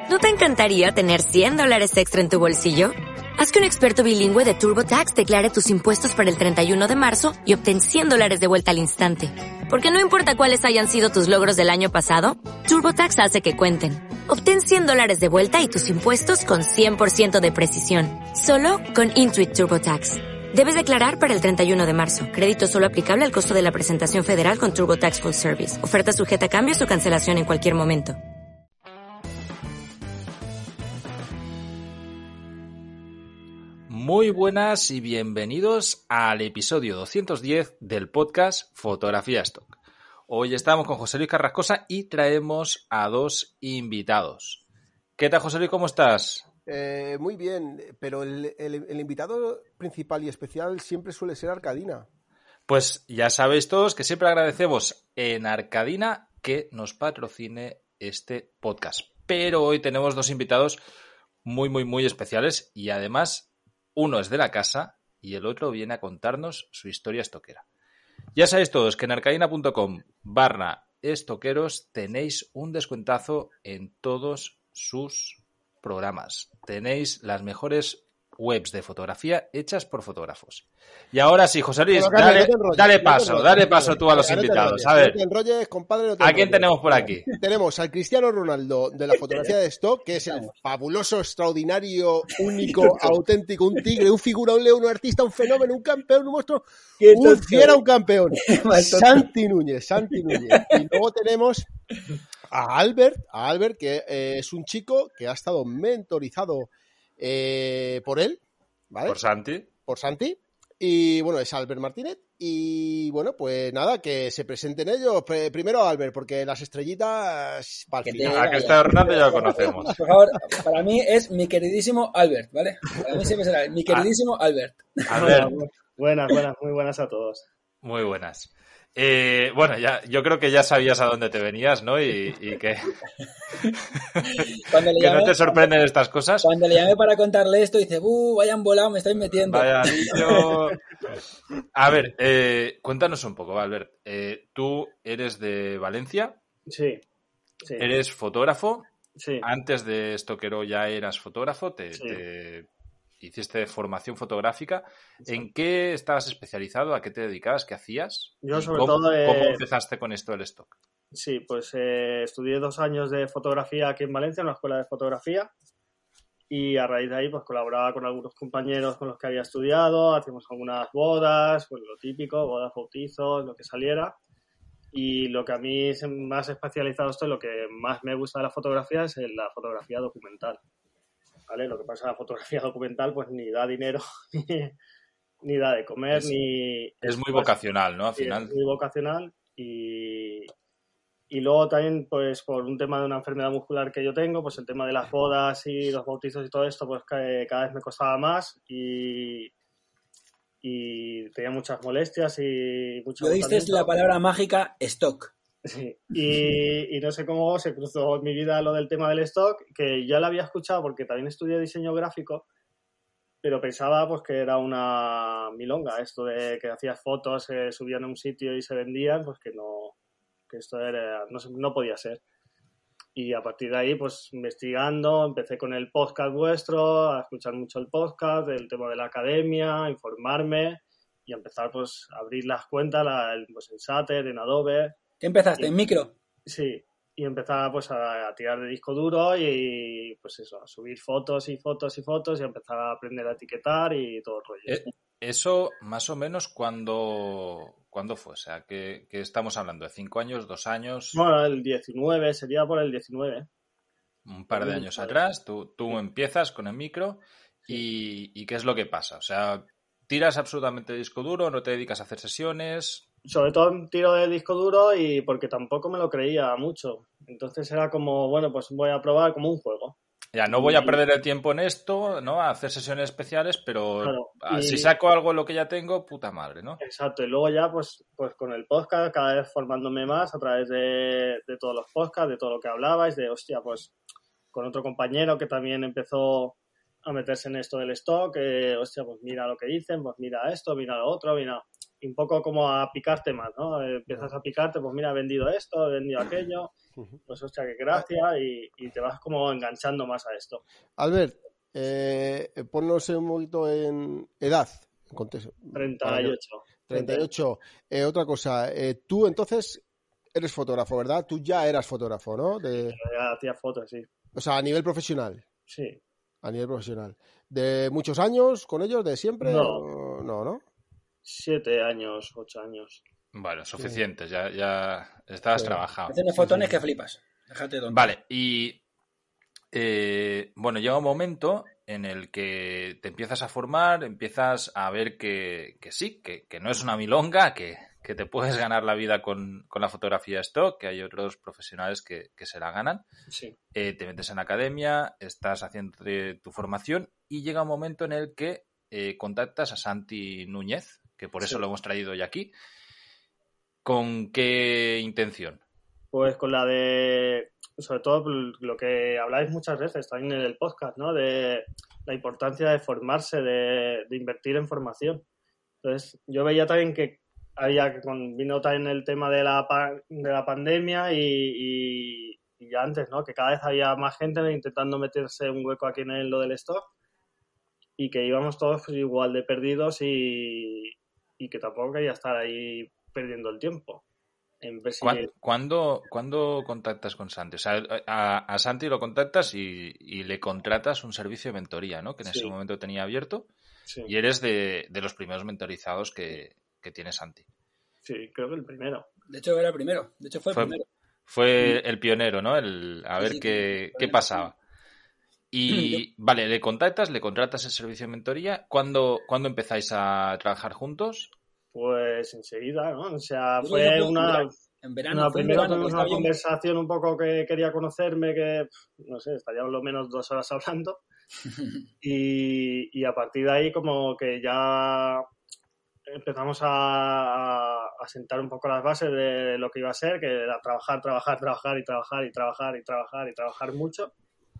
¿No te encantaría tener $100 extra en tu bolsillo? Haz que un experto bilingüe de TurboTax declare tus impuestos para el 31 de marzo y obtén $100 de vuelta al instante. Porque no importa cuáles hayan sido tus logros del año pasado, TurboTax hace que cuenten. Obtén $100 de vuelta y tus impuestos con 100% de precisión. Solo con Intuit TurboTax. Debes declarar para el 31 de marzo. Crédito solo aplicable al costo de la presentación federal con TurboTax Full Service. Oferta sujeta a cambios o cancelación en cualquier momento. Muy buenas y bienvenidos al episodio 210 del podcast Fotografía Stock. Hoy estamos con José Luis Carrascosa y traemos a dos invitados. ¿Qué tal, José Luis? ¿Cómo estás? Muy bien, pero el invitado principal y especial siempre suele ser Arcadina. Pues ya sabéis todos que siempre agradecemos en Arcadina que nos patrocine este podcast. Pero hoy tenemos dos invitados muy especiales y además uno es de la casa y el otro viene a contarnos su historia estoquera. Ya sabéis todos que en arcadina.com/estoqueros tenéis un descuentazo en todos sus programas. Tenéis las mejores webs de fotografía hechas por fotógrafos. Y ahora sí, José Luis, dale paso tú a los invitados. A ver, ¿a quién tenemos por aquí? Tenemos al Cristiano Ronaldo de la fotografía de stock, que es el fabuloso, extraordinario, único, auténtico, un tigre, un figura, un león, un artista, un fenómeno, un campeón, un monstruo, un fiera, un campeón. Santi Núñez. Y luego tenemos a Albert, que es un chico que ha estado mentorizado por él, ¿vale? Por Santi. Y bueno, es Albert Martínez. Y bueno, pues nada, que se presenten ellos. Primero Albert, porque las estrellitas para el final. A que está Hernando ya lo conocemos. Por favor, para mí es mi queridísimo Albert, ¿vale? Para mí siempre será mi queridísimo Albert. Albert. Buenas, muy buenas a todos. Muy buenas. Bueno, ya, yo creo que ya sabías a dónde te venías, ¿no? Y que, que no te sorprenden estas cosas. Cuando le llamé para contarle esto, dice, vayan volado, me estáis metiendo. Vaya niño. A ver, cuéntanos un poco, Albert. Tú eres de Valencia. Sí. Eres fotógrafo. Sí. Antes de Estoquero ya eras fotógrafo. Te hiciste formación fotográfica. Sí. ¿En qué estabas especializado? ¿A qué te dedicabas? ¿Qué hacías? Yo sobre ¿Cómo, todo... ¿Cómo empezaste con esto del stock? Sí, pues estudié 2 años de fotografía aquí en Valencia, en una escuela de fotografía, y a raíz de ahí pues colaboraba con algunos compañeros con los que había estudiado, hacíamos algunas bodas, pues lo típico, bodas, bautizos, lo que saliera. Y lo que a mí más especializado estoy, lo que más me gusta de la fotografía es la fotografía documental. ¿Vale? Lo que pasa en la fotografía documental pues ni da dinero ni da de comer es muy vocacional, ¿no? Al final. Es muy vocacional y luego también pues por un tema de una enfermedad muscular que yo tengo, pues el tema de las bodas y los bautizos y todo esto pues cada vez me costaba más y tenía muchas molestias y mucho agotamiento. Oíste la palabra mágica stock. Sí, y no sé cómo se cruzó en mi vida lo del tema del stock, que ya lo había escuchado porque también estudié diseño gráfico, pero pensaba pues que era una milonga esto de que hacías fotos, se subían a un sitio y se vendían, pues que esto era, no podía ser. Y a partir de ahí, pues investigando, empecé con el podcast vuestro, a escuchar mucho el podcast, del tema de la academia, informarme y empezar pues a abrir las cuentas pues en Sater, en Adobe. ¿Qué empezaste? ¿En micro? Sí, y empezaba pues a tirar de disco duro y pues eso, a subir fotos y empezar a aprender a etiquetar y todo el rollo. Eso más o menos ¿cuándo fue? O sea, ¿qué estamos hablando? ¿De 5 años, 2 años? Bueno, el 19, sería por el 19. Un par de años atrás, tú empiezas con el micro y ¿qué es lo que pasa? O sea, ¿tiras absolutamente de disco duro? ¿No te dedicas a hacer sesiones? Sobre todo tiro de disco duro y porque tampoco me lo creía mucho. Entonces era como, bueno, pues voy a probar como un juego. Ya, no voy a perder el tiempo en esto, ¿no? A hacer sesiones especiales, pero claro, si saco algo de lo que ya tengo, puta madre, ¿no? Exacto, y luego ya pues con el podcast, cada vez formándome más a través de todos los podcasts, de todo lo que hablabais, de hostia, pues con otro compañero que también empezó a meterse en esto del stock, hostia, pues mira lo que dicen, pues mira esto, mira lo otro, mira... un poco como a picarte más, ¿no? Empiezas a picarte, pues mira, he vendido esto, he vendido aquello, Pues hostia, que gracia, y te vas como enganchando más a esto. Albert, ponnos un poquito en edad. En contexto, 38. 38. Otra cosa, tú entonces eres fotógrafo, ¿verdad? Tú ya eras fotógrafo, ¿no? Ya hacía fotos, sí. O sea, a nivel profesional. Sí. A nivel profesional. ¿De muchos años con ellos? ¿De siempre? No. No. 7 años, 8 años. Bueno, suficientes, ya estabas trabajado. Haciendo fotones que flipas. Déjate tonto. Vale, y bueno, llega un momento en el que te empiezas a formar, empiezas a ver que sí, que no es una milonga, que te puedes ganar la vida con la fotografía stock, que hay otros profesionales que se la ganan. Sí. Te metes en academia, estás haciendo tu formación y llega un momento en el que contactas a Santi Núñez, que por eso lo hemos traído hoy aquí. ¿Con qué intención? Pues con la de, sobre todo lo que habláis muchas veces también en el podcast, ¿no? De la importancia de formarse, de invertir en formación. Entonces, yo veía también que vino también el tema de la pandemia y ya antes, ¿no? Que cada vez había más gente intentando meterse un hueco aquí en lo del stock y que íbamos todos pues, igual de perdidos y que tampoco quería estar ahí perdiendo el tiempo. ¿Cuándo contactas con Santi? O sea, a Santi lo contactas y le contratas un servicio de mentoría, ¿no? Que en ese momento tenía abierto. Sí. Y eres de los primeros mentorizados que tiene Santi. Sí, creo que el primero. De hecho, era el primero. De hecho, fue el primero. Fue el pionero, ¿no? A ver qué pasaba. Y vale, le contratas el servicio de mentoría. ¿Cuándo empezáis a trabajar juntos? Pues enseguida, ¿no? O sea, fue en verano. Primero tuvimos una conversación un poco que quería conocerme, que, no sé, estaríamos lo menos 2 horas hablando. y a partir de ahí como que ya empezamos a sentar un poco las bases de lo que iba a ser, que era trabajar mucho.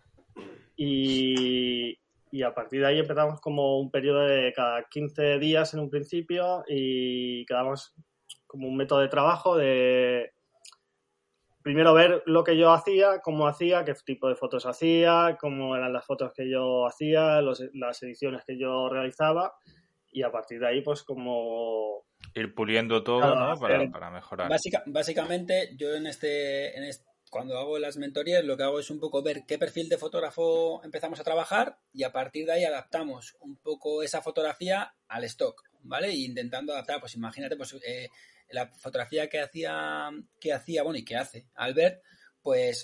Y a partir de ahí empezamos como un periodo de cada 15 días en un principio y quedamos como un método de trabajo de primero ver lo que yo hacía, cómo hacía, qué tipo de fotos hacía, cómo eran las fotos que yo hacía, las ediciones que yo realizaba y a partir de ahí pues como ir puliendo todo, ¿no? Para mejorar. Básicamente yo cuando hago las mentorías lo que hago es un poco ver qué perfil de fotógrafo empezamos a trabajar y a partir de ahí adaptamos un poco esa fotografía al stock, ¿vale? Y intentando adaptar, pues imagínate, pues la fotografía que hacía, bueno, y que hace Albert, pues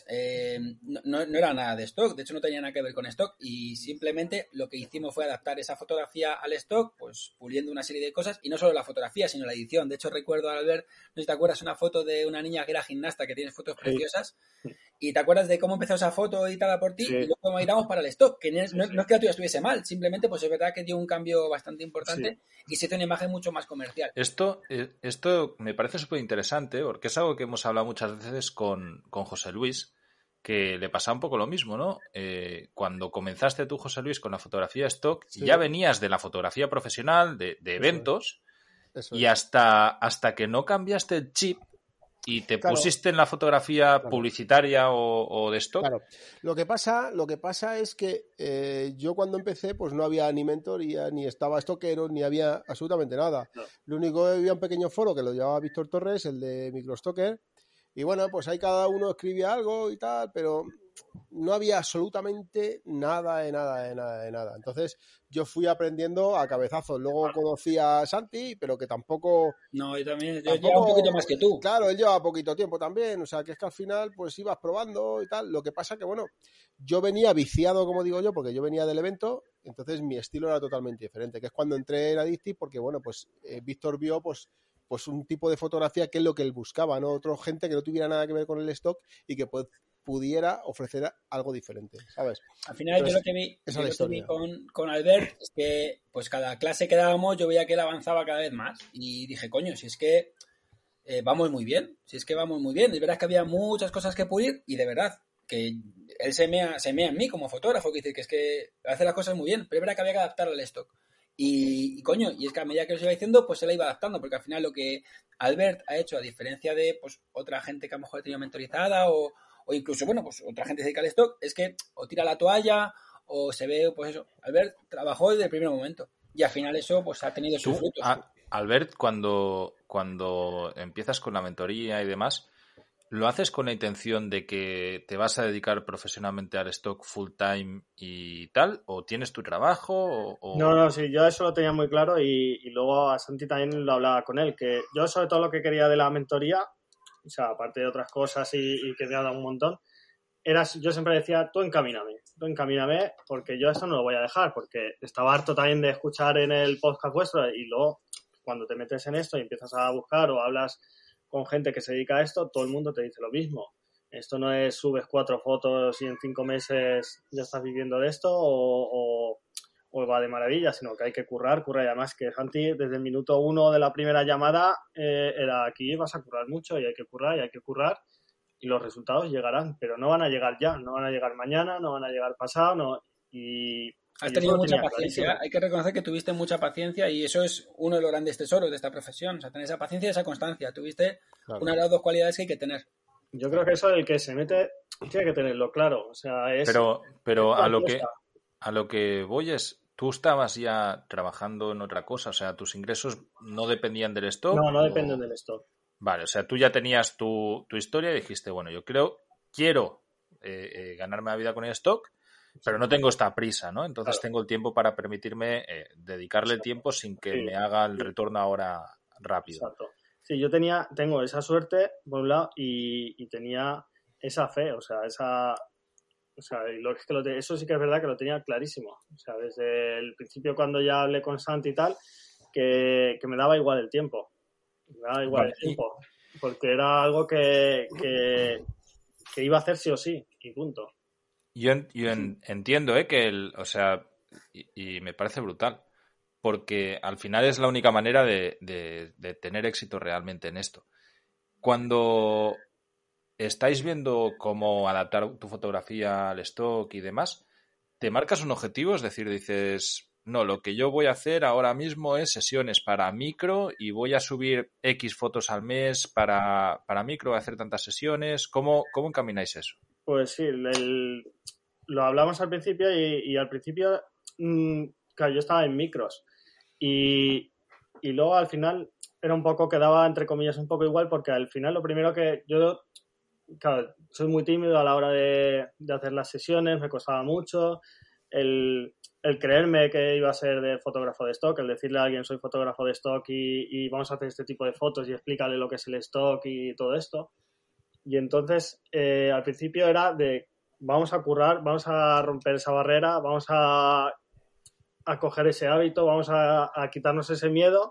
no era nada de stock, de hecho no tenía nada que ver con stock y simplemente lo que hicimos fue adaptar esa fotografía al stock, pues puliendo una serie de cosas y no solo la fotografía, sino la edición. De hecho recuerdo a Albert, no sé si te acuerdas, una foto de una niña que era gimnasta, que tiene fotos preciosas, y te acuerdas de cómo empezó esa foto editada por ti y luego cómo editamos para el stock, que no es que la tuya estuviese mal, simplemente pues es verdad que dio un cambio bastante importante y se hizo una imagen mucho más comercial. Esto me parece súper interesante porque es algo que hemos hablado muchas veces con José Luis, que le pasaba un poco lo mismo, ¿no? Cuando comenzaste tú, José Luis, con la fotografía stock, ya venías de la fotografía profesional, de eventos, y hasta que no cambiaste el chip y te pusiste en la fotografía publicitaria o de stock. Claro. Lo que pasa es que yo cuando empecé pues no había ni mentoría, ni estaba stockero, ni había absolutamente nada. No. Lo único que había un pequeño foro que lo llevaba Víctor Torres, el de Microstocker, y bueno, pues ahí cada uno escribía algo y tal, pero no había absolutamente nada de nada. Entonces yo fui aprendiendo a cabezazos. Luego conocí a Santi, pero que tampoco... No, yo llevaba un poquito más que tú. Claro, él llevaba poquito tiempo también. O sea, que es que al final pues ibas probando y tal. Lo que pasa que, bueno, yo venía viciado, como digo yo, porque yo venía del evento, entonces mi estilo era totalmente diferente. Que es cuando entré en Addictive, porque, bueno, pues Víctor vio, pues un tipo de fotografía que es lo que él buscaba, ¿no? Otra gente que no tuviera nada que ver con el stock y que pudiera ofrecer algo diferente, ¿sabes? Al final yo lo que vi con Albert es que pues cada clase que dábamos yo veía que él avanzaba cada vez más y dije, coño, si es que vamos muy bien, es verdad que había muchas cosas que pulir y de verdad que él se mea en mí como fotógrafo, que dice que es que hace las cosas muy bien, pero es verdad que había que adaptar al stock. Y coño, y es que a medida que lo iba diciendo, pues se la iba adaptando, porque al final lo que Albert ha hecho, a diferencia de pues otra gente que a lo mejor ha tenido mentorizada o o incluso, bueno, pues otra gente se dedica al stock, es que o tira la toalla o se ve, pues eso. Albert trabajó desde el primer momento y al final eso pues ha tenido sus frutos. Albert, cuando empiezas con la mentoría y demás, ¿lo haces con la intención de que te vas a dedicar profesionalmente al stock full time y tal? ¿O tienes tu trabajo? No, sí, yo eso lo tenía muy claro y luego a Santi también lo hablaba con él, que yo sobre todo lo que quería de la mentoría, o sea, aparte de otras cosas y que me ha dado un montón, yo siempre decía, tú encamíname, porque yo esto no lo voy a dejar, porque estaba harto también de escuchar en el podcast vuestro y luego cuando te metes en esto y empiezas a buscar o hablas con gente que se dedica a esto, todo el mundo te dice lo mismo. Esto no es subes 4 fotos y en 5 meses ya estás viviendo de esto o va de maravilla, sino que hay que currar y además que Santi desde el minuto 1 de la primera llamada era aquí vas a currar mucho y hay que currar y los resultados llegarán, pero no van a llegar ya, no van a llegar mañana, no van a llegar pasado, no. Y has tenido mucha paciencia, hay que reconocer que tuviste mucha paciencia y eso es uno de los grandes tesoros de esta profesión, o sea, tener esa paciencia y esa constancia, tuviste una de las 2 cualidades que hay que tener. Yo creo que eso el que se mete tiene que tenerlo claro, o sea, es... Pero a lo que voy es, ¿tú estabas ya trabajando en otra cosa? O sea, ¿tus ingresos no dependían del stock? No dependen del stock. Vale, o sea, tú ya tenías tu historia y dijiste, bueno, yo quiero ganarme la vida con el stock, pero no tengo esta prisa, ¿no? Entonces tengo el tiempo para permitirme dedicarle el tiempo sin que me haga el retorno ahora rápido. Exacto. Sí, yo tengo esa suerte, por un lado, y tenía esa fe, o sea, eso sí que es verdad que lo tenía clarísimo. O sea, desde el principio cuando ya hablé con Santi y tal, que me daba igual el tiempo. Porque era algo que iba a hacer sí o sí, y punto. Yo entiendo que o sea, y me parece brutal, porque al final es la única manera de tener éxito realmente en esto. Cuando estáis viendo cómo adaptar tu fotografía al stock y demás, ¿te marcas un objetivo? Es decir, dices, no, lo que yo voy a hacer ahora mismo es sesiones para micro y voy a subir X fotos al mes para micro, voy a hacer tantas sesiones. ¿Cómo encamináis eso? Pues sí, lo hablamos al principio y al principio, claro, yo estaba en micros y luego al final era un poco, quedaba entre comillas un poco igual porque al final lo primero que yo, claro, soy muy tímido a la hora de hacer las sesiones, me costaba mucho el creerme que iba a ser de fotógrafo de stock, el decirle a alguien soy fotógrafo de stock y vamos a hacer este tipo de fotos y explícale lo que es el stock y todo esto. Y entonces al principio era de vamos a currar, vamos a romper esa barrera, vamos a coger ese hábito, vamos a quitarnos ese miedo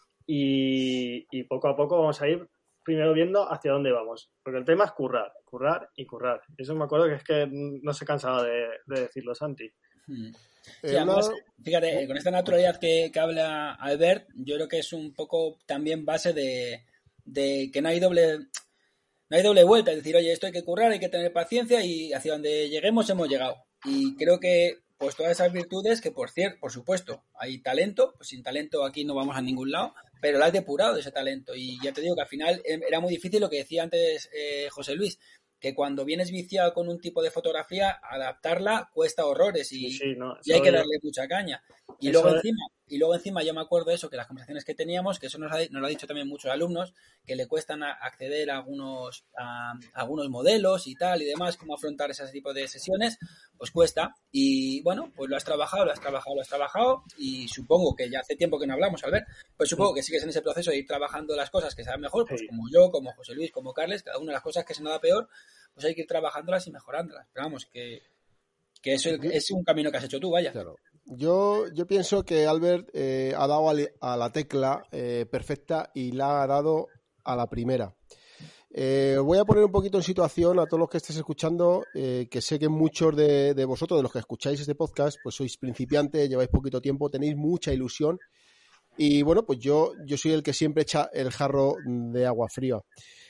y poco a poco vamos a ir primero viendo hacia dónde vamos. Porque el tema es currar y currar. Eso me acuerdo que es que no se cansaba de decirlo Santi. Sí, además, fíjate, con esta naturalidad que habla Albert, yo creo que es un poco también base de que no hay doble vuelta, es decir, oye, esto hay que currar, hay que tener paciencia y hacia donde lleguemos hemos llegado. Y creo que pues todas esas virtudes que, por supuesto, hay talento, pues sin talento aquí no vamos a ningún lado, pero la has depurado ese talento. Y ya te digo que al final era muy difícil lo que decía antes José Luis, que cuando vienes viciado con un tipo de fotografía, adaptarla cuesta horrores y hay que darle mucha caña. Y luego encima yo me acuerdo eso, que las conversaciones que teníamos, que eso nos lo ha dicho también muchos alumnos, que le cuestan acceder a algunos modelos y tal y demás, cómo afrontar ese tipo de sesiones, pues cuesta. Y bueno, pues lo has trabajado y supongo que ya hace tiempo que no hablamos, Albert, pues supongo que sigues en ese proceso de ir trabajando las cosas que sean mejor, pues como yo, como José Luis, como Carles, cada una de las cosas que se nos da peor, pues hay que ir trabajándolas y mejorándolas. Pero vamos, que eso es un camino que has hecho tú, vaya. Claro. Yo pienso que Albert ha dado a la tecla perfecta y la ha dado a la primera. Voy a poner un poquito en situación a todos los que estéis escuchando, que sé que muchos de vosotros, de los que escucháis este podcast, pues sois principiantes, lleváis poquito tiempo, tenéis mucha ilusión y bueno, pues yo soy el que siempre echa el jarro de agua fría.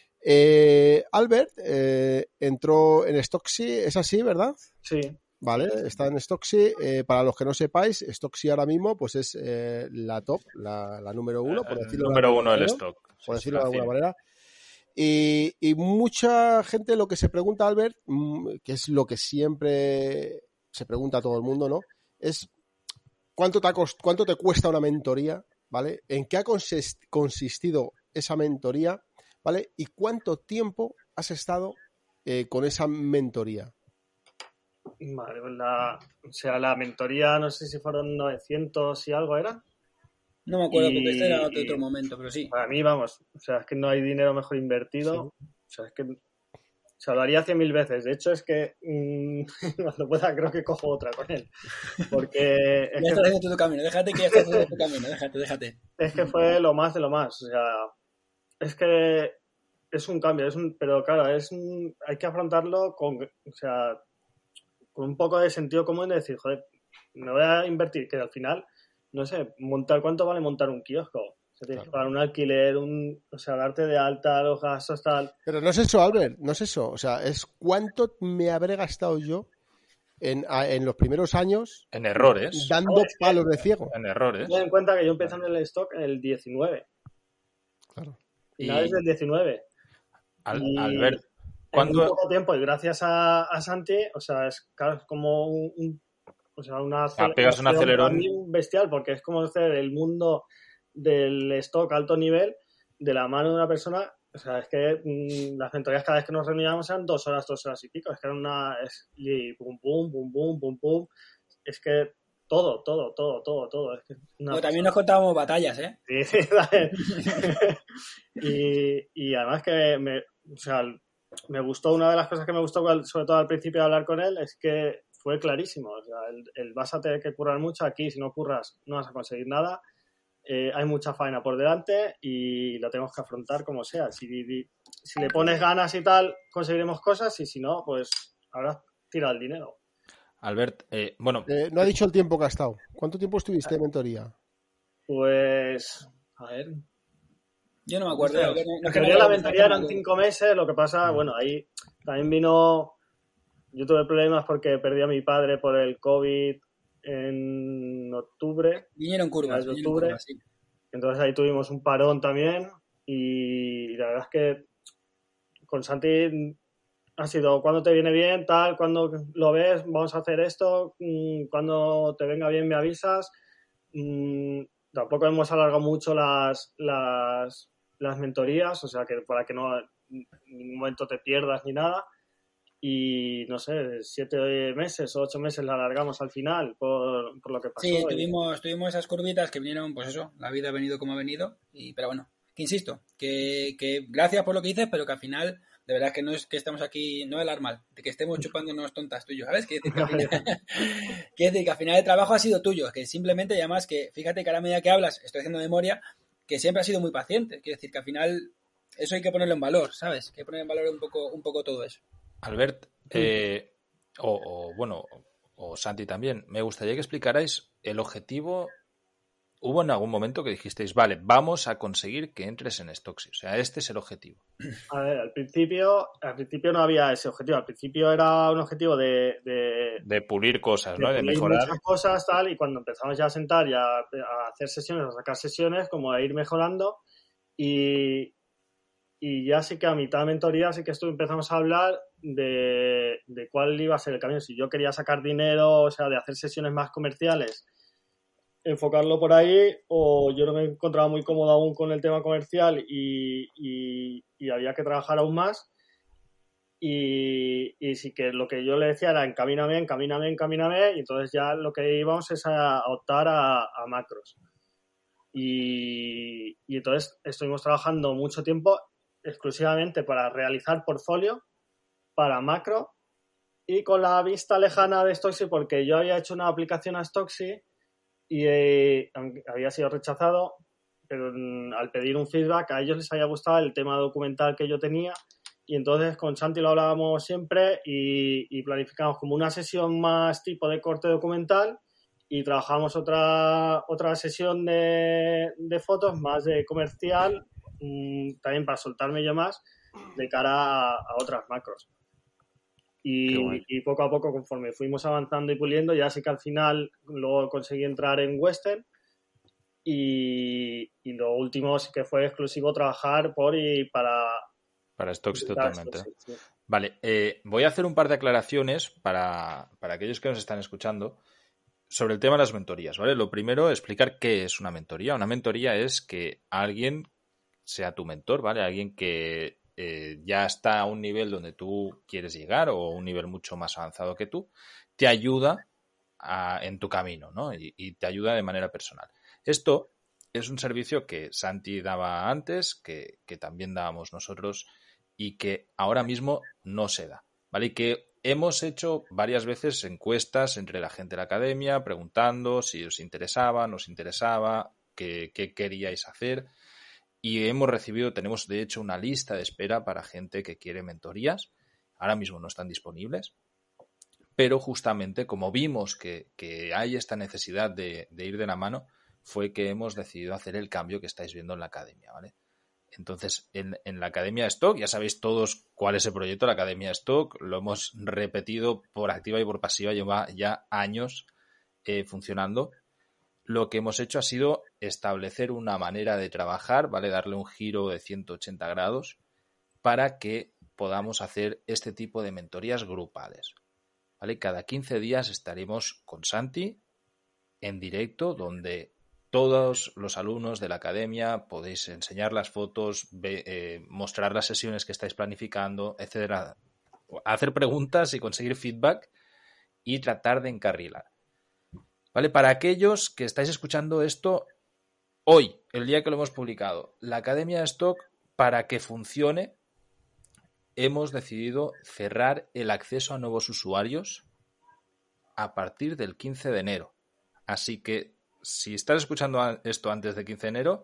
Albert entró en Stocksy, ¿es así, verdad? Sí. Vale, está en Stocksy. Para los que no sepáis, Stocksy ahora mismo pues es la top, la número uno, por decirlo número uno del stock. Por decirlo de alguna manera. Y mucha gente lo que se pregunta, Albert, que es lo que siempre se pregunta a todo el mundo, ¿no? Es cuánto te cuesta una mentoría, ¿vale? ¿En qué ha consistido esa mentoría, ¿vale? Y cuánto tiempo has estado con esa mentoría. Vale, pues la mentoría, no sé si fueron 900 y algo era. No me acuerdo porque este era de otro momento, pero sí. Para mí, vamos, o sea, es que no hay dinero mejor invertido. Sí. O sea, es que se lo haría 100.000 veces. De hecho, es que cuando pueda creo que cojo otra con él. Porque... ya estás haciendo tu camino, déjate que ya estás haciendo tu camino, déjate. Es que fue lo más de lo más. O sea, es que es un cambio, pero claro, hay que afrontarlo con un poco de sentido común de decir, joder, me voy a invertir, que al final, no sé, ¿cuánto vale montar un kiosco? O sea, tienes que pagar un alquiler, darte de alta, los gastos, tal. Pero no es eso, Albert, no es eso. O sea, es cuánto me habré gastado yo en los primeros años. En errores. Dando palos de ciego. En errores. Ten en cuenta que yo empecé en el stock en el 19. Claro. Finales del 19. Albert, ¿cuándo? En poco tiempo, y gracias a Santi, o sea, es como pegas un acelerón bestial, porque es como hacer el mundo del stock alto nivel de la mano de una persona. O sea, es que las mentorías cada vez que nos reuníamos eran 2 horas y pico. Es que era y pum, pum, pum, pum, pum, pum. Es que todo. Es que también nos contábamos batallas, ¿eh? Sí, y además que me gustó, una de las cosas que me gustó, sobre todo al principio de hablar con él, es que fue clarísimo. O sea, el vas a tener que currar mucho aquí, si no curras no vas a conseguir nada. Hay mucha faena por delante y lo tenemos que afrontar como sea. Si le pones ganas y tal, conseguiremos cosas, y si no, pues ahora tira el dinero. Albert, no ha dicho el tiempo que ha estado. ¿Cuánto tiempo estuviste en mentoría? Pues, a ver... Yo no me acuerdo. La mentoría eran 5 meses, lo que pasa, bueno, ahí también vino... Yo tuve problemas porque perdí a mi padre por el COVID en octubre. Vinieron curvas, sí. Entonces ahí tuvimos un parón también, y la verdad es que con Santi ha sido cuando te viene bien, tal, cuando lo ves, vamos a hacer esto, cuando te venga bien me avisas. Tampoco hemos alargado mucho las mentorías, o sea, que para que no en ningún momento te pierdas ni nada. Y no sé, 7 meses o 8 meses la alargamos al final por lo que pasó. Sí, tuvimos esas curvitas que vinieron, pues eso, la vida ha venido como ha venido, pero bueno, que insisto, que gracias por lo que dices, pero que al final, de verdad que no es que estamos aquí, no hablar mal, de que estemos chupándonos tontas tú y yo, ¿sabes? Quiere decir que al final el trabajo ha sido tuyo, que simplemente, y además que, fíjate que a la medida que hablas, estoy haciendo memoria, que siempre has sido muy paciente, quiere decir que al final eso hay que ponerlo en valor, ¿sabes? Hay que poner en valor un poco todo eso. Albert, o Santi también, me gustaría que explicarais el objetivo. ¿Hubo en algún momento que dijisteis, vale, vamos a conseguir que entres en Stocksy? O sea, este es el objetivo. A ver, al principio no había ese objetivo. Al principio era un objetivo de pulir cosas, ¿no? De mejorar muchas cosas, tal, y cuando empezamos ya a sentar y a hacer sesiones, a sacar sesiones, como a ir mejorando, y ya sí que a mitad de mentoría sí que empezamos a hablar de cuál iba a ser el camino. Si yo quería sacar dinero, o sea, de hacer sesiones más comerciales, enfocarlo por ahí, o yo no me encontraba muy cómodo aún con el tema comercial y había que trabajar aún más. Y sí que lo que yo le decía era encamíname, y entonces ya lo que íbamos es a optar a macros. Y entonces estuvimos trabajando mucho tiempo exclusivamente para realizar portfolio para macro, y con la vista lejana de Stocksy, porque yo había hecho una aplicación a Stocksy y había sido rechazado, pero al pedir un feedback a ellos les había gustado el tema documental que yo tenía, y entonces con Santi lo hablábamos siempre y planificamos como una sesión más tipo de corte documental, y trabajamos otra sesión de fotos más de comercial, también para soltarme yo más de cara a otras macros. Y poco a poco, conforme fuimos avanzando y puliendo, ya sí que al final luego conseguí entrar en Western, y lo último sí que fue exclusivo trabajar por y para Para stocks totalmente. Sí. Vale, voy a hacer un par de aclaraciones para aquellos que nos están escuchando sobre el tema de las mentorías, ¿vale? Lo primero, explicar qué es una mentoría. Una mentoría es que alguien sea tu mentor, ¿vale? Alguien que ya está a un nivel donde tú quieres llegar o un nivel mucho más avanzado que tú, te ayuda en tu camino, ¿no? Y te ayuda de manera personal. Esto es un servicio que Santi daba antes, que también dábamos nosotros y que ahora mismo no se da, ¿vale? Y que hemos hecho varias veces encuestas entre la gente de la academia preguntando si os interesaba, nos interesaba, qué queríais hacer. Y tenemos de hecho una lista de espera para gente que quiere mentorías. Ahora mismo no están disponibles, pero justamente como vimos que hay esta necesidad de ir de la mano, fue que hemos decidido hacer el cambio que estáis viendo en la academia, ¿vale? Entonces, en la Academia Stock, ya sabéis todos cuál es el proyecto, la Academia Stock, lo hemos repetido por activa y por pasiva, lleva ya años funcionando. Lo que hemos hecho ha sido establecer una manera de trabajar, ¿vale? Darle un giro de 180 grados para que podamos hacer este tipo de mentorías grupales, ¿vale? Cada 15 días estaremos con Santi en directo, donde todos los alumnos de la academia podéis enseñar las fotos, mostrar las sesiones que estáis planificando, etcétera, hacer preguntas y conseguir feedback y tratar de encarrilar. ¿Vale? Para aquellos que estáis escuchando esto hoy, el día que lo hemos publicado, la Academia Stock, para que funcione, hemos decidido cerrar el acceso a nuevos usuarios a partir del 15 de enero. Así que si estás escuchando esto antes del 15 de enero,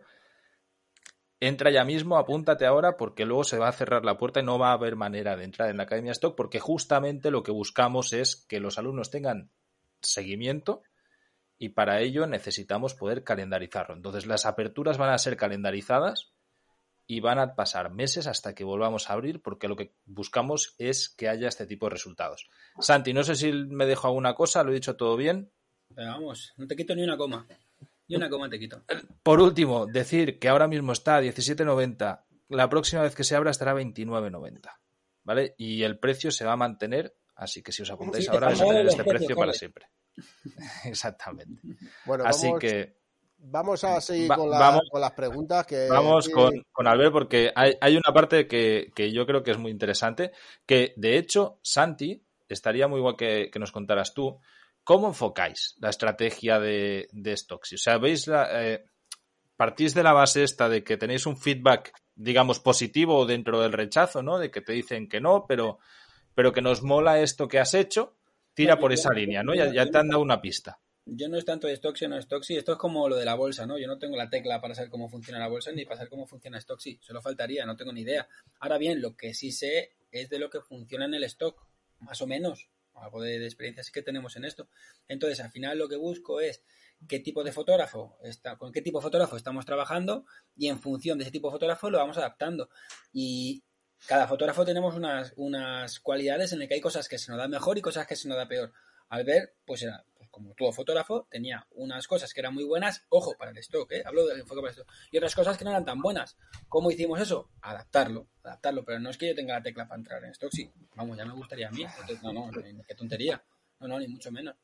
entra ya mismo, apúntate ahora, porque luego se va a cerrar la puerta y no va a haber manera de entrar en la Academia Stock, porque justamente lo que buscamos es que los alumnos tengan seguimiento y para ello necesitamos poder calendarizarlo. Entonces las aperturas van a ser calendarizadas y van a pasar meses hasta que volvamos a abrir, porque lo que buscamos es que haya este tipo de resultados. Santi, no sé si me dejo alguna cosa, lo he dicho todo bien. Pero vamos, no te quito ni una coma. Ni una coma te quito. Por último, decir que ahora mismo está a 17,90. La próxima vez que se abra estará a 29,90. ¿Vale? Y el precio se va a mantener, así que si os apuntáis ahora vais a tener este precio para siempre. Exactamente. Bueno, así que vamos a seguir con las preguntas. Vamos con Albert, porque hay una parte que yo creo que es muy interesante, que de hecho, Santi, estaría muy guay que nos contaras tú. ¿Cómo enfocáis la estrategia de stocks? O sea, ¿veis partís de la base esta de que tenéis un feedback, digamos, positivo dentro del rechazo, ¿no? De que te dicen que no, pero que nos mola esto que has hecho, tira por esa línea, ¿no? Ya te han dado una pista. Yo no es tanto de Stocksy o no Stocksy, esto es como lo de la bolsa, ¿no? Yo no tengo la tecla para saber cómo funciona la bolsa ni para saber cómo funciona Stocksy, solo faltaría, no tengo ni idea. Ahora bien, lo que sí sé es de lo que funciona en el stock, más o menos. Algo de experiencia sí que tenemos en esto. Entonces, al final lo que busco es qué tipo de fotógrafo con qué tipo de fotógrafo estamos trabajando y en función de ese tipo de fotógrafo lo vamos adaptando. Y cada fotógrafo tenemos unas cualidades en las que hay cosas que se nos dan mejor y cosas que se nos da peor. Albert, pues era, pues como todo fotógrafo, tenía unas cosas que eran muy buenas, ojo, para el stock, hablo del enfoque para el stock, y otras cosas que no eran tan buenas. ¿Cómo hicimos eso? Adaptarlo, pero no es que yo tenga la tecla para entrar en stock, sí, vamos, ya me gustaría a mí, no, qué tontería, no, ni mucho menos.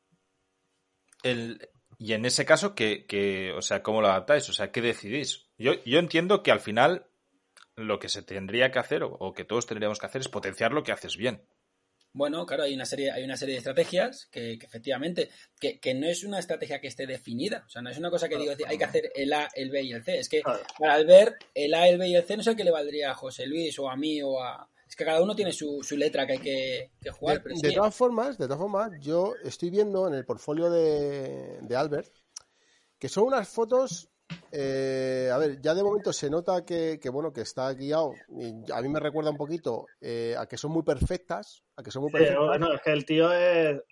Y en ese caso, o sea, ¿cómo lo adaptáis? O sea, ¿qué decidís? Yo entiendo que al final lo que se tendría que hacer, o que todos tendríamos que hacer, es potenciar lo que haces bien. Bueno, claro, hay una serie de estrategias que efectivamente, que no es una estrategia que esté definida. O sea, no es una cosa que digo, hay que hacer el A, el B y el C. Es que para el ver el A, el B y el C no sé qué le valdría a José Luis o a mí o a... Es que cada uno tiene su letra que hay que jugar. De todas formas, yo estoy viendo en el portfolio de Albert que son unas fotos... a ver, ya de momento se nota que está guiado, y a mí me recuerda un poquito a que son muy perfectas, Bueno, es que el tío es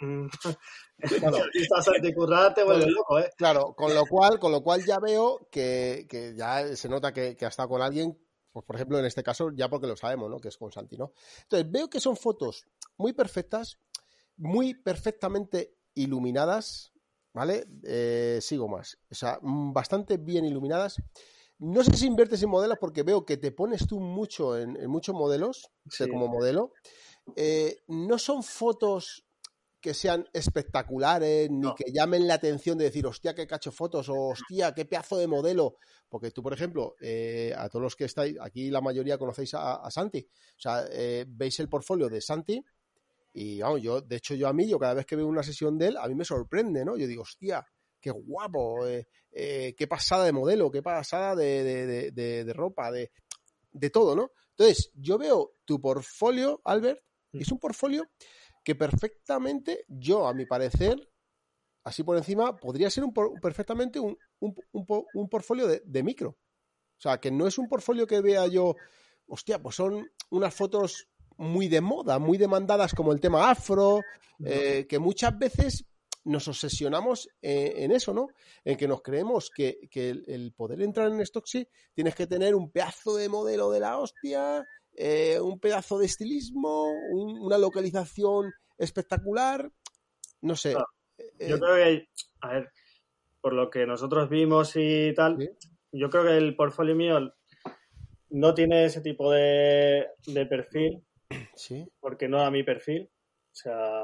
te vuelve loco, ¿eh? Claro, con lo cual ya veo que ya se nota que ha estado con alguien, pues por ejemplo en este caso ya porque lo sabemos, ¿no? Que es con Santi, ¿no? Entonces veo que son fotos muy perfectas, muy perfectamente iluminadas, ¿vale? Sigo más. O sea, bastante bien iluminadas. no sé si inviertes en modelos porque veo que te pones tú mucho en muchos modelos, Sí. como modelo. No son fotos que sean espectaculares ni No. que llamen la atención de decir, hostia, qué cacho fotos, o hostia, qué pedazo de modelo. Porque tú, por ejemplo, a todos los que estáis, aquí la mayoría conocéis a Santi. O sea, veis el portfolio de Santi y, vamos, yo cada vez que veo una sesión de él, a mí me sorprende, ¿no? Yo digo, hostia, qué guapo, qué pasada de modelo, qué pasada de ropa, de todo, ¿no? Entonces, yo veo tu portfolio, Albert, y es un portfolio que perfectamente, yo, a mi parecer, así por encima, podría ser perfectamente un portfolio de micro. O sea, que no es un portfolio que vea yo, hostia, pues son unas fotos muy de moda, muy demandadas como el tema afro, que muchas veces nos obsesionamos en eso, ¿no? En que nos creemos que el poder entrar en Stocksy tienes que tener un pedazo de modelo de la hostia, un pedazo de estilismo, una localización espectacular, no sé. Claro. Yo creo que, a ver, por lo que nosotros vimos y tal, ¿sí? yo creo que el portfolio mío no tiene ese tipo de perfil, Sí. porque no era mi perfil. O sea,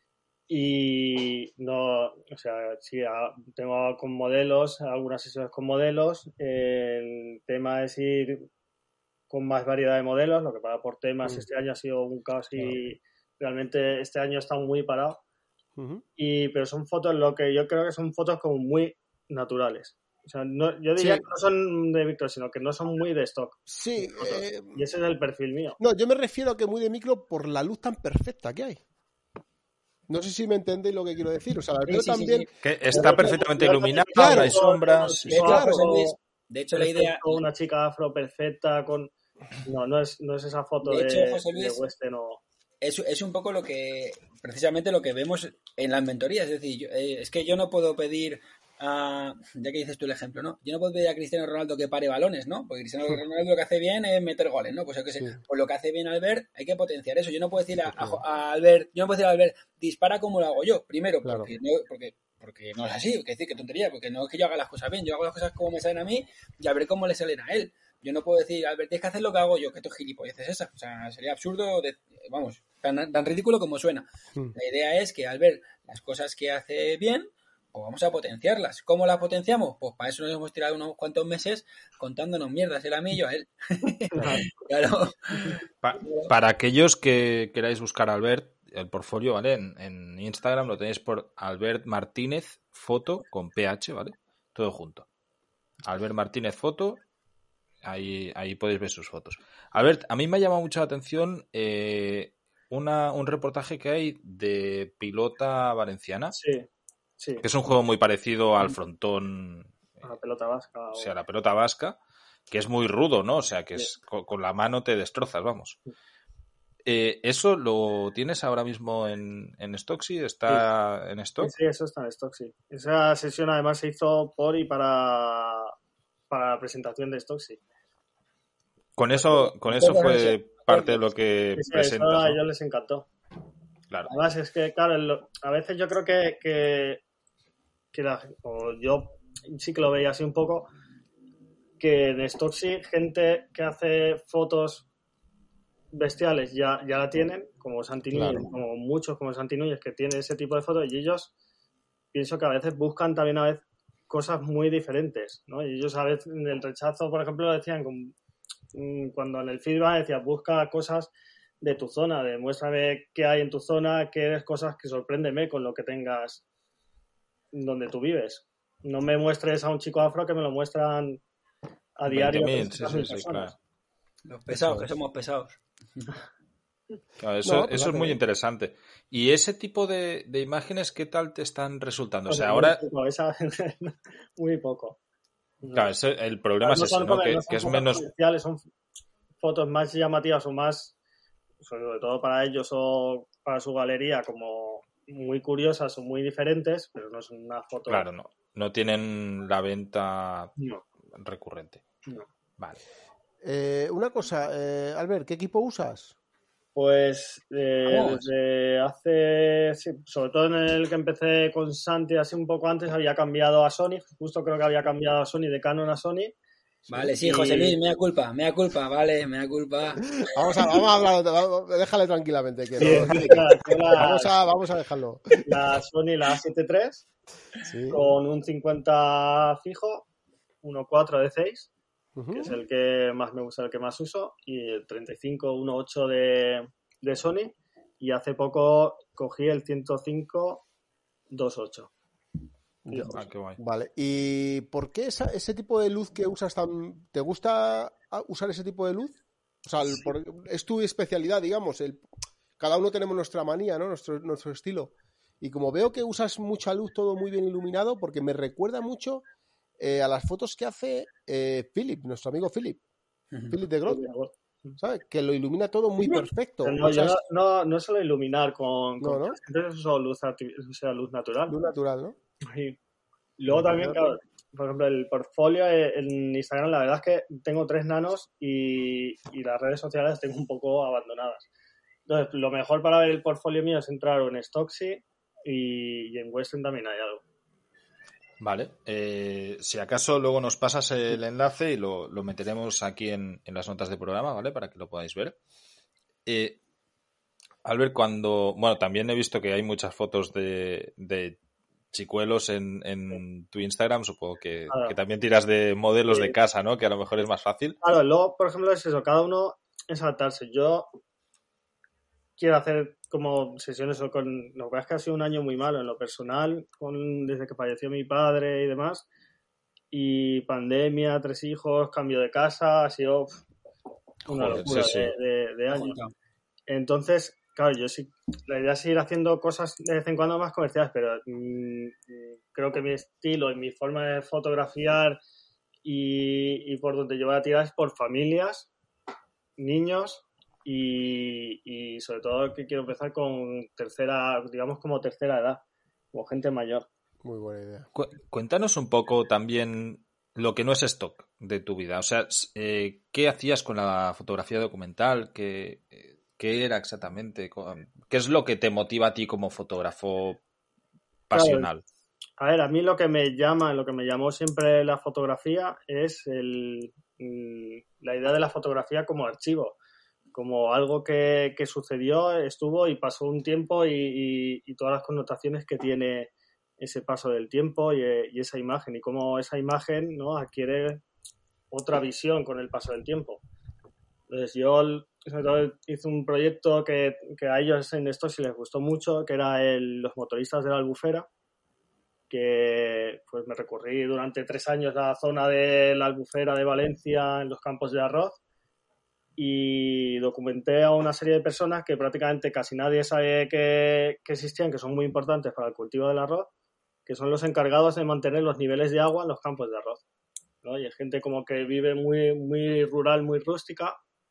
y no, o sea, sí, tengo con modelos, algunas sesiones con modelos. El tema es ir con más variedad de modelos, lo que pasa por temas este año ha sido un caos y realmente este año está muy parado. Pero son fotos, lo que yo creo que son fotos como muy naturales. O sea, yo diría que no son de Víctor, sino que no son muy de stock. Sí. Y ese es el perfil mío. No, yo me refiero a que muy de micro por la luz tan perfecta que hay. No sé si me entendéis lo que quiero decir. O sea, las veo también. Sí. Que está perfectamente iluminada, claro, no hay sombras. De hecho, la idea... Una chica afro perfecta con... No es esa foto de hecho, José de Luis, western o... Es un poco precisamente lo que vemos en las mentorías. Es decir, es que yo no puedo pedir ya que dices tú el ejemplo, ¿no? Yo no puedo pedir a Cristiano Ronaldo que pare balones, ¿no? Porque Cristiano Ronaldo lo que hace bien es meter goles, ¿no? Pues yo qué sé, pues lo que hace bien Albert hay que potenciar eso. Yo no puedo decir a Albert, dispara como lo hago yo, primero, porque no es así, que decir, qué tontería, porque no es que yo haga las cosas bien, yo hago las cosas como me salen a mí y a ver cómo le salen a él. Yo no puedo decir, Albert, tienes que hacer lo que hago yo, que esto es gilipollas es esa. O sea, sería absurdo, vamos, tan ridículo como suena. La idea es que Albert, las cosas que hace bien, pues vamos a potenciarlas. ¿Cómo las potenciamos? Pues para eso nos hemos tirado unos cuantos meses contándonos mierdas, él a mí y yo a él. Claro. Para aquellos que queráis buscar a Albert, el portfolio, ¿vale? En Instagram lo tenéis por Albert Martínez Foto con PH, ¿vale? Todo junto. Albert Martínez Foto, ahí podéis ver sus fotos. Albert, a mí me ha llamado mucho la atención un reportaje que hay de Pilota Valenciana. Sí. Que es un juego muy parecido al frontón. A la pelota vasca. O sea, la pelota vasca, que es muy rudo, ¿no? O sea, que es con la mano te destrozas, vamos. ¿Eso lo tienes ahora mismo en Stocksy? ¿Está en stock? Sí, eso está en stock, sí. Esa sesión además se hizo por y para la presentación de Stocksy. Con eso fue parte de lo que presentas, ¿no? A ellos les encantó. Claro. Además es que, claro, a veces yo creo que yo sí que lo veía así un poco, que en Stocksy gente que hace fotos bestiales ya la tienen, como Santi Núñez, como muchos como Santi Núñez que tiene ese tipo de fotos, y ellos pienso que a veces buscan también a veces cosas muy diferentes, ¿no? Y ellos a veces en el rechazo, por ejemplo, decían cuando en el feedback decían busca cosas de tu zona, demuéstrame qué hay en tu zona, qué eres cosas que sorpréndeme con lo que tengas donde tú vives. No me muestres a un chico afro que me lo muestran a diario. 20.000, sí, claro. Los pesados, que somos pesados. Claro, eso es muy interesante. ¿Y ese tipo de imágenes qué tal te están resultando? O sea, ahora... Muy poco. Claro, el problema es ese, ¿no? Que es menos... Son fotos más llamativas o más, sobre todo para ellos o para su galería, como muy curiosas o muy diferentes, pero no son una foto... Claro, no tienen la venta recurrente. No. Vale. Una cosa, Albert, ¿qué equipo usas? Pues desde hace, sí, sobre todo en el que empecé con Santi, así un poco antes, había cambiado a Sony, justo creo que había cambiado a Sony, de Canon a Sony, Vale, sí, José Luis, mea culpa, vale, mea culpa. Vamos a hablar, déjale tranquilamente. Que Sí, vamos a dejarlo. La Sony, la A7 III, sí. con un 50 fijo, 1.4 de 6, que es el que más me gusta, el que más uso, y el 35, 1.8 de Sony, y hace poco cogí el 105, 2.8. Qué guay. Vale, ¿y por qué ese tipo de luz que usas te gusta usar ese tipo de luz? O sea, es tu especialidad, digamos. Cada uno tenemos nuestra manía, ¿no? Nuestro estilo. Y como veo que usas mucha luz, todo muy bien iluminado, porque me recuerda mucho a las fotos que hace Philip, nuestro amigo Philip. Philip de Groot, ¿sabes? Que lo ilumina todo muy perfecto. No, yo no suelo iluminar con ¿no? Entonces uso luz natural. Luz natural, ¿no? Y luego también, claro, por ejemplo, el portfolio en Instagram, la verdad es que tengo 3 nanos y las redes sociales tengo un poco abandonadas. Entonces, lo mejor para ver el portfolio mío es entrar en Stocksy y en Western también hay algo. Vale, si acaso luego nos pasas el enlace y lo meteremos aquí en las notas del programa, ¿vale? Para que lo podáis ver. Albert, bueno, también he visto que hay muchas fotos de chicuelos en tu Instagram, supongo que también tiras de modelos de casa, ¿no? Que a lo mejor es más fácil. Claro, luego, por ejemplo, es eso, cada uno es adaptarse. Yo quiero hacer como sesiones lo que pasa es que ha sido un año muy malo en lo personal, desde que falleció mi padre y demás, y pandemia, 3 hijos, cambio de casa, ha sido una locura de años. Entonces, claro, yo sí, la idea es seguir haciendo cosas de vez en cuando más comerciales, pero creo que mi estilo y mi forma de fotografiar y por donde yo voy a tirar es por familias, niños y sobre todo que quiero empezar con tercera edad, como gente mayor. Muy buena idea. Cuéntanos un poco también lo que no es stock de tu vida. O sea, ¿qué hacías con la fotografía documental? ¿Qué era exactamente? ¿Qué es lo que te motiva a ti como fotógrafo pasional? Claro. A ver, a mí lo que me llamó siempre la fotografía es la idea de la fotografía como archivo, como algo que sucedió, estuvo y pasó un tiempo y todas las connotaciones que tiene ese paso del tiempo y esa imagen, y cómo esa imagen, ¿no?, adquiere otra visión con el paso del tiempo. Entonces yo sobre todo hice un proyecto que a ellos en esto sí les gustó mucho, que era los motoristas de la Albufera, que pues me recorrí durante 3 años la zona de la Albufera de Valencia en los campos de arroz y documenté a una serie de personas que prácticamente casi nadie sabe que existían, que son muy importantes para el cultivo del arroz, que son los encargados de mantener los niveles de agua en los campos de arroz, ¿no? Y es gente como que vive muy, muy rural, muy rústica,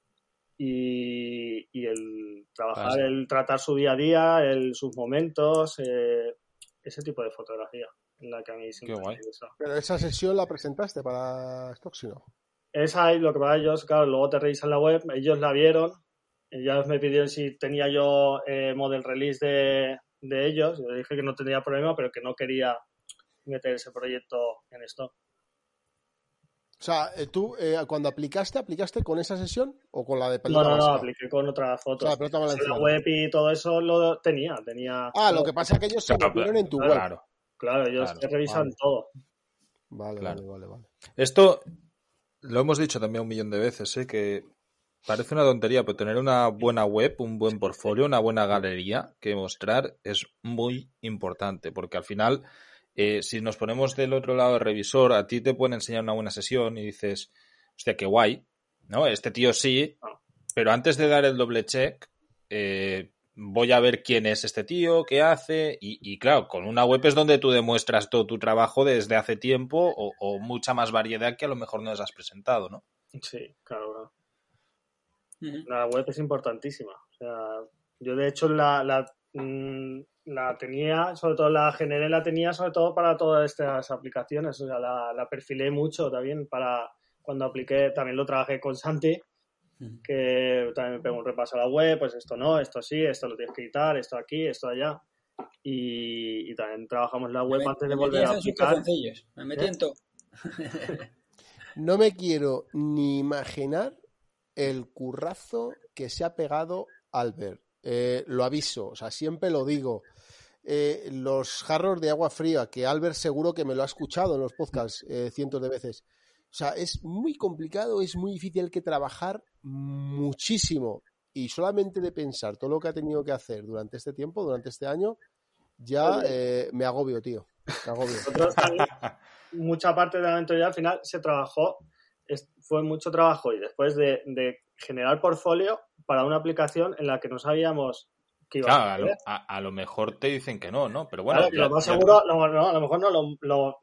y el trabajar, el tratar su día a día, sus momentos, ese tipo de fotografía en la que a mí siempre me gusta. Pero esa sesión la presentaste para Stocksy, ¿no? Esa es lo que para ellos, claro, luego te revisan la web, ellos la vieron, ellos me pidieron si tenía yo model release de ellos, yo dije que no tendría problema, pero que no quería meter ese proyecto en stock. O sea, tú cuando ¿aplicaste con esa sesión o con la de pelota básica? No, apliqué con otras fotos. O sea, la web y todo eso lo tenía. Lo que pasa es que ellos se metieron en tu web. Claro, ellos te revisan todo. Vale. Esto lo hemos dicho también 1.000.000 de veces, que parece una tontería, pero tener una buena web, un buen portfolio, una buena galería que mostrar es muy importante, porque al final, si nos ponemos del otro lado del revisor, a ti te pueden enseñar una buena sesión y dices, hostia, qué guay, ¿no? Este tío sí, pero antes de dar el doble check, voy a ver quién es este tío, qué hace, y claro, con una web es donde tú demuestras todo tu trabajo desde hace tiempo o mucha más variedad que a lo mejor no les has presentado, ¿no? Sí, claro. La web es importantísima. O sea, yo de hecho la tenía, sobre todo la generé, la tenía sobre todo para todas estas aplicaciones. O sea, la perfilé mucho también para cuando apliqué, también lo trabajé con Santi, que también me pegó un repaso a la web, pues esto no, esto sí, esto lo tienes que quitar, esto aquí, esto allá. Y también trabajamos la web antes de volver a aplicar. Me metí en todo. No me quiero ni imaginar el currazo que se ha pegado Albert. Lo aviso, o sea, siempre lo digo. Los jarros de agua fría, que Albert seguro que me lo ha escuchado en los podcasts cientos de veces. O sea, es muy complicado, es muy difícil que trabajar muchísimo. Y solamente de pensar todo lo que ha tenido que hacer durante este tiempo, durante este año, ya me agobio, tío. Me agobio. Nosotros también, mucha parte de la mentoría al final se trabajó, fue mucho trabajo y después de generar portfolio para una aplicación en la que no sabíamos que iba a hacer. A lo mejor te dicen que no, ¿no? Pero bueno, claro, lo más seguro, no, a lo mejor no, lo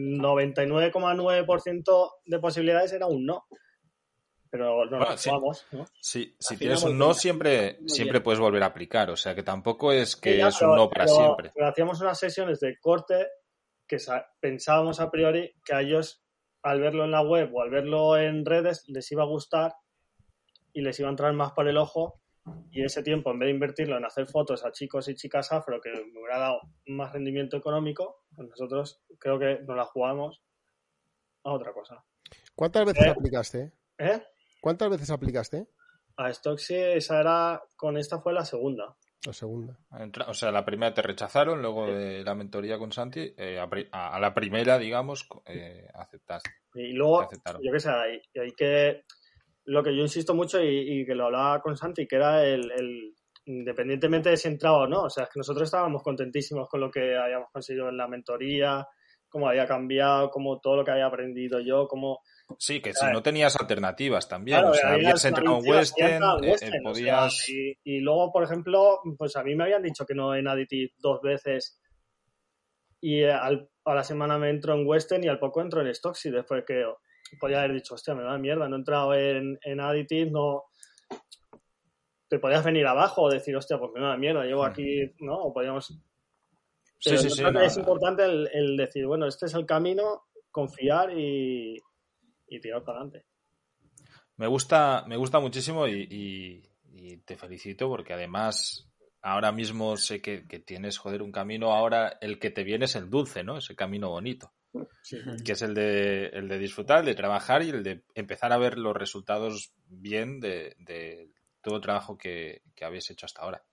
99,9% de posibilidades era un no. Pero no lo jugamos, ¿no? Si tienes un no, siempre puedes volver a aplicar. O sea, que tampoco es que es un no para siempre. Pero hacíamos unas sesiones de corte que pensábamos a priori que a ellos, al verlo en la web o al verlo en redes, les iba a gustar y les iba a entrar más por el ojo. Y ese tiempo, en vez de invertirlo en hacer fotos a chicos y chicas afro, que me hubiera dado más rendimiento económico, pues nosotros creo que nos la jugamos a otra cosa. ¿Cuántas veces aplicaste? ¿Cuántas veces aplicaste? A Stocksy, con esta fue la segunda. La segunda. O sea, la primera te rechazaron, luego de la mentoría con Santi, a la primera, digamos, aceptaste. Y luego, yo qué sé, hay que... Lo que yo insisto mucho y que lo hablaba con Santi, que era el independientemente de si entraba o no, o sea, es que nosotros estábamos contentísimos con lo que habíamos conseguido en la mentoría, cómo había cambiado, cómo todo lo que había aprendido yo, cómo... Sí, que si no tenías alternativas también, claro, o sea, habías entrado en Western, podías... O sea, y luego, por ejemplo, pues a mí me habían dicho que no en Additive 2 veces y a la semana me entro en Western y al poco entro en Stocksy, después que podía haber dicho, hostia, me da mierda, no he entrado en Additive, no... Te podías venir abajo o decir, hostia, pues me da mierda, llevo aquí, ¿no? O podíamos... Pero es importante el decir, bueno, este es el camino, confiar y tirar para adelante. Me gusta muchísimo y te felicito porque además ahora mismo sé que tienes, joder, un camino, ahora el que te viene es el dulce, ¿no? Ese camino bonito. Sí. Que es el de disfrutar, el de trabajar y el de empezar a ver los resultados bien de todo el trabajo que habéis hecho hasta ahora.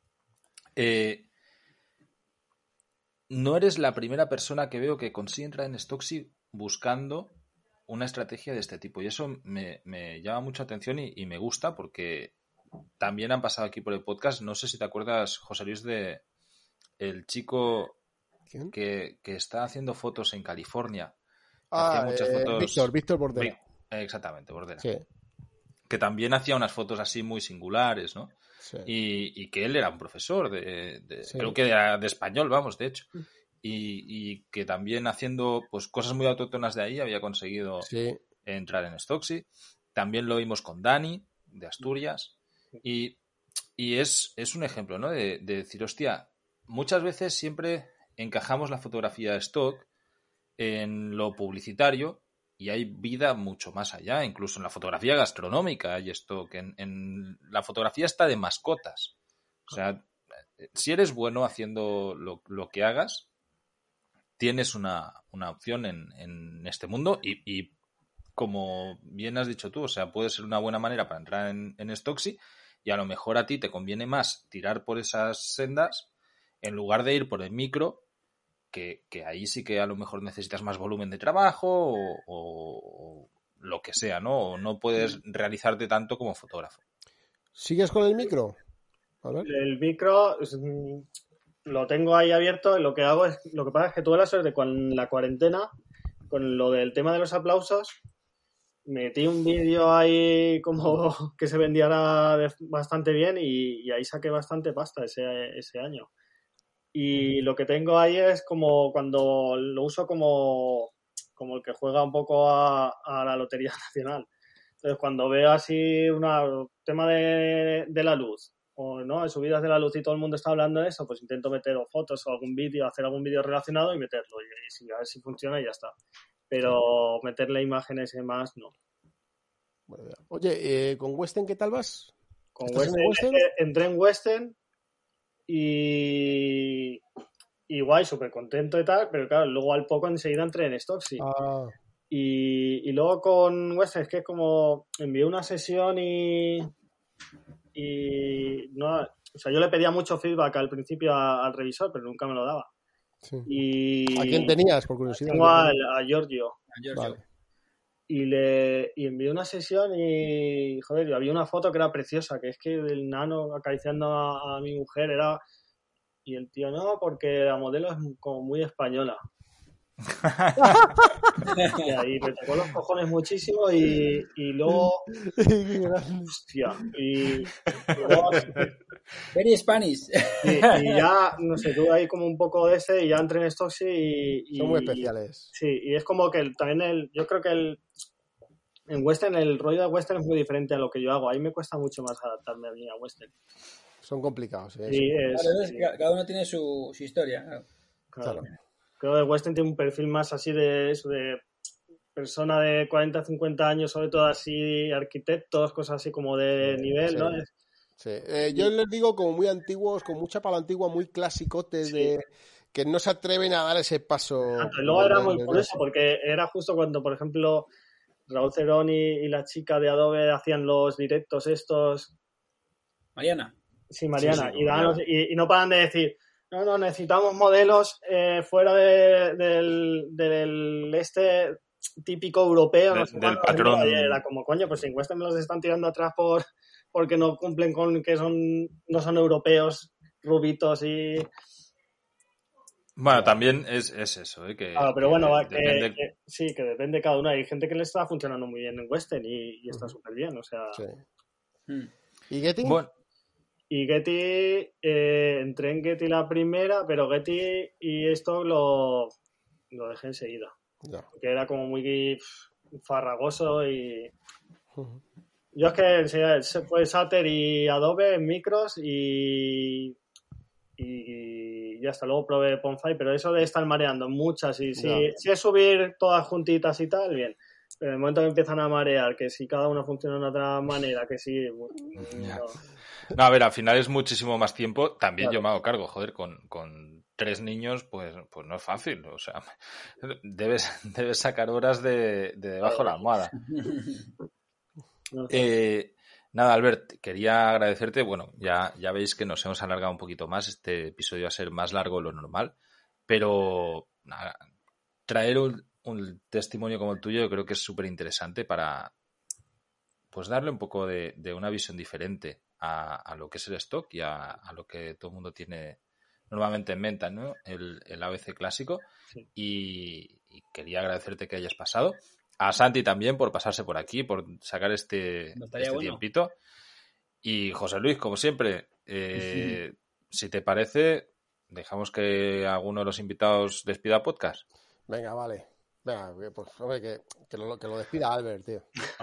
No eres la primera persona que veo que consigue entrar en Stocksy buscando una estrategia de este tipo y eso me llama mucha atención y me gusta porque también han pasado aquí por el podcast, no sé si te acuerdas, José Luis, de el chico que está haciendo fotos en California. Hacía muchas fotos... Víctor Bordera. Exactamente, Bordera. Sí. Que también hacía unas fotos así muy singulares, ¿no? Sí. Y que él era un profesor sí. Creo que de español, vamos, de hecho. Y que también haciendo pues cosas muy autóctonas de ahí había conseguido entrar en Stocksy. También lo vimos con Dani, de Asturias. Y es un ejemplo, ¿no? De decir, hostia, muchas veces siempre encajamos la fotografía de stock en lo publicitario y hay vida mucho más allá, incluso en la fotografía gastronómica hay stock, en la fotografía está de mascotas. O sea, si eres bueno haciendo lo que hagas, tienes una opción en este mundo y como bien has dicho tú, o sea, puede ser una buena manera para entrar en Stocksy y a lo mejor a ti te conviene más tirar por esas sendas en lugar de ir por el micro, que ahí sí que a lo mejor necesitas más volumen de trabajo o lo que sea, ¿no? O no puedes realizarte tanto como fotógrafo. ¿Sigues con el micro? A ver. El micro lo tengo ahí abierto y lo que hago es, lo que pasa es que tuve la suerte con la cuarentena, con lo del tema de los aplausos, metí un vídeo ahí como que se vendiera bastante bien y ahí saqué bastante pasta ese año. Y lo que tengo ahí es como cuando lo uso como el que juega un poco a la Lotería Nacional. Entonces, cuando veo así un tema de la luz o no, de subidas de la luz y todo el mundo está hablando de eso, pues intento meter fotos o algún vídeo, hacer algún vídeo relacionado y meterlo. Y a ver si funciona y ya está. Pero meterle imágenes y demás, no. Bueno, oye, ¿con Western qué tal vas? Con Western entré en Western y guay, súper contento y tal, pero claro, luego al poco enseguida entré en Stocksy. Y luego con Western es que es como envié una sesión y no, o sea, yo le pedía mucho feedback al principio al revisor, pero nunca me lo daba. Sí. Y ¿A quién tenías, por curiosidad? Tengo a Giorgio. Vale. Y envié una sesión y, joder, había una foto que era preciosa, que es que el nano acariciando a mi mujer era... Y el tío, no, porque la modelo es como muy española. Y ahí me tocó los cojones muchísimo y luego... Hostia. Y luego... Very Spanish. Y ya, no sé, tuve ahí como un poco de ese y ya entré en Stocksy y... Son muy especiales. Sí, y es como que también yo creo que en Western, el rollo de Western es muy diferente a lo que yo hago. Ahí me cuesta mucho más adaptarme a mí a Western. Son complicados. Sí, cada uno tiene su historia. Claro. Creo que Western tiene un perfil más así de eso, de persona de 40, 50 años, sobre todo así, arquitectos, cosas así como de nivel, ¿no? Sí. Yo les digo como muy antiguos, con mucha pala antigua, muy clasicotes de que no se atreven a dar ese paso. Y luego era muy por eso, porque era justo cuando, por ejemplo, Raúl Cerón y la chica de Adobe hacían los directos estos. Mariana. Sí, Mariana. Y no paran de decir, no, necesitamos modelos fuera del típico europeo. Del patrón. Era como, coño, pues en Western me los están tirando atrás porque no cumplen con que no son europeos, rubitos y... Bueno, también es eso, que... pero bueno, depende... que depende de cada uno. Hay gente que le está funcionando muy bien en Western y está súper bien, o sea... Sí. ¿Y Getty? Bueno. Y Getty, entré en Getty la primera, pero Getty y esto lo dejé enseguida. Ya. Porque era como muy farragoso y... Yo es que enseguida fue Sater y Adobe en micros y ya hasta luego probé Ponfai, pero eso de estar mareando muchas y si es subir todas juntitas y tal, bien. Pero en el momento que empiezan a marear, que si cada una funciona de otra manera, que si... No, a ver, al final es muchísimo más tiempo. También claro. Yo me hago cargo, joder, con 3 niños, pues no es fácil. O sea, debes sacar horas de debajo de la almohada. Nada, Albert, quería agradecerte. Bueno, ya veis que nos hemos alargado un poquito más. Este episodio va a ser más largo de lo normal. Pero nada, traer un testimonio como el tuyo yo creo que es súper interesante para pues darle un poco de una visión diferente a lo que es el stock y a lo que todo el mundo tiene normalmente en mente, ¿no? El ABC clásico. Sí. Y quería agradecerte que hayas pasado. A Santi también por pasarse por aquí, por sacar este tiempito. Y José Luis, como siempre, si te parece, dejamos que alguno de los invitados despida podcast. Venga, vale. Venga, pues hombre, que lo despida Albert, tío.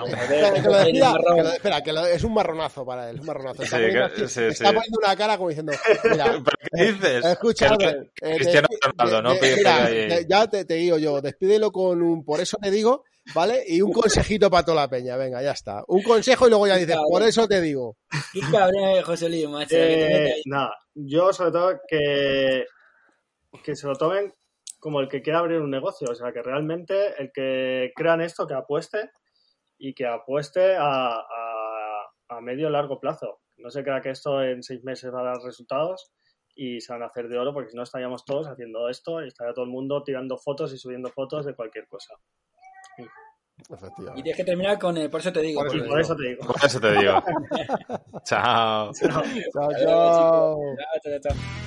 Es un marronazo para él, es un marronazo. Está poniendo una cara como diciendo, mira, ¿pero qué dices? Escucha, Cristiano Ronaldo, ¿no? Ya te digo yo, despídelo con un por eso te digo, ¿vale? Y un consejito para toda la peña, venga, ya está. Un consejo y luego ya dices, por eso te digo. Qué cabrón, José Luis, macho. Nada, yo sobre todo que se lo tomen como el que quiera abrir un negocio, o sea, que realmente el que crean esto, que apueste y que apueste a medio largo plazo. No se crea que esto en 6 meses va a dar resultados y se van a hacer de oro, porque si no estaríamos todos haciendo esto y estaría todo el mundo tirando fotos y subiendo fotos de cualquier cosa. Y tienes que terminar con por eso te digo. Por eso te digo. Por eso te digo. Chao. Chao.